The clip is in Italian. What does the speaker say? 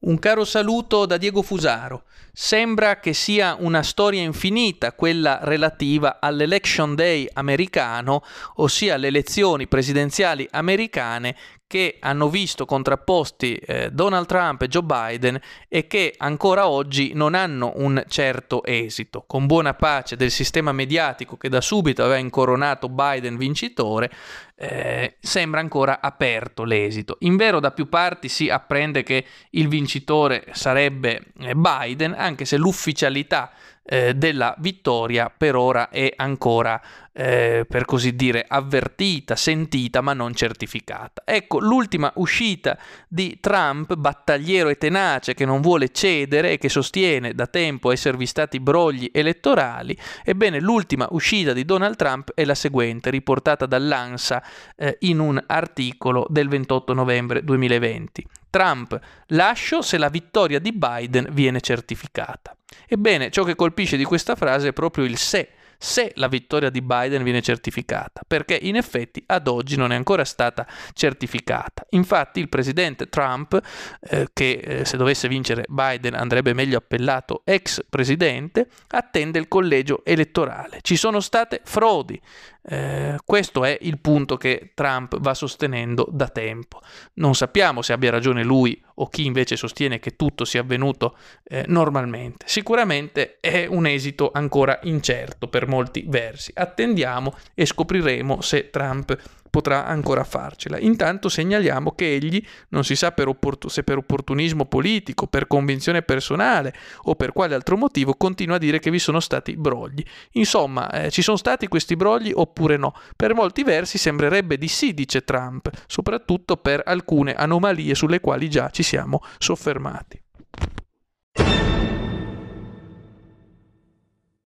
Un caro saluto da Diego Fusaro. Sembra che sia una storia infinita quella relativa all'Election Day americano, ossia le elezioni presidenziali americane che hanno visto contrapposti Donald Trump e Joe Biden e che ancora oggi non hanno un certo esito. Con buona pace del sistema mediatico che da subito aveva incoronato Biden vincitore, sembra ancora aperto l'esito. Invero da più parti si apprende che il vincitore sarebbe Biden, anche se l'ufficialità della vittoria per ora è ancora per così dire avvertita, sentita ma non certificata. Ecco, l'ultima uscita di Trump, battagliero e tenace che non vuole cedere e che sostiene da tempo esservi stati brogli elettorali, ebbene l'ultima uscita di Donald Trump è la seguente, riportata dall'ANSA in un articolo del 28 novembre 2020. Trump, lascio se la vittoria di Biden viene certificata. Ebbene, ciò che colpisce di questa frase è proprio il se la vittoria di Biden viene certificata, perché in effetti ad oggi non è ancora stata certificata. Infatti il presidente Trump, che se dovesse vincere Biden andrebbe meglio appellato ex presidente, attende il collegio elettorale. Ci sono state frodi. Questo è il punto che Trump va sostenendo da tempo. Non sappiamo se abbia ragione lui o chi invece sostiene che tutto sia avvenuto normalmente. Sicuramente è un esito ancora incerto per molti versi. Attendiamo e scopriremo se Trump potrà ancora farcela. Intanto segnaliamo che egli, non si sa se per opportunismo politico, per convinzione personale o per quale altro motivo, continua a dire che vi sono stati brogli. Insomma, ci sono stati questi brogli oppure no? Per molti versi sembrerebbe di sì, dice Trump, soprattutto per alcune anomalie sulle quali già ci siamo soffermati.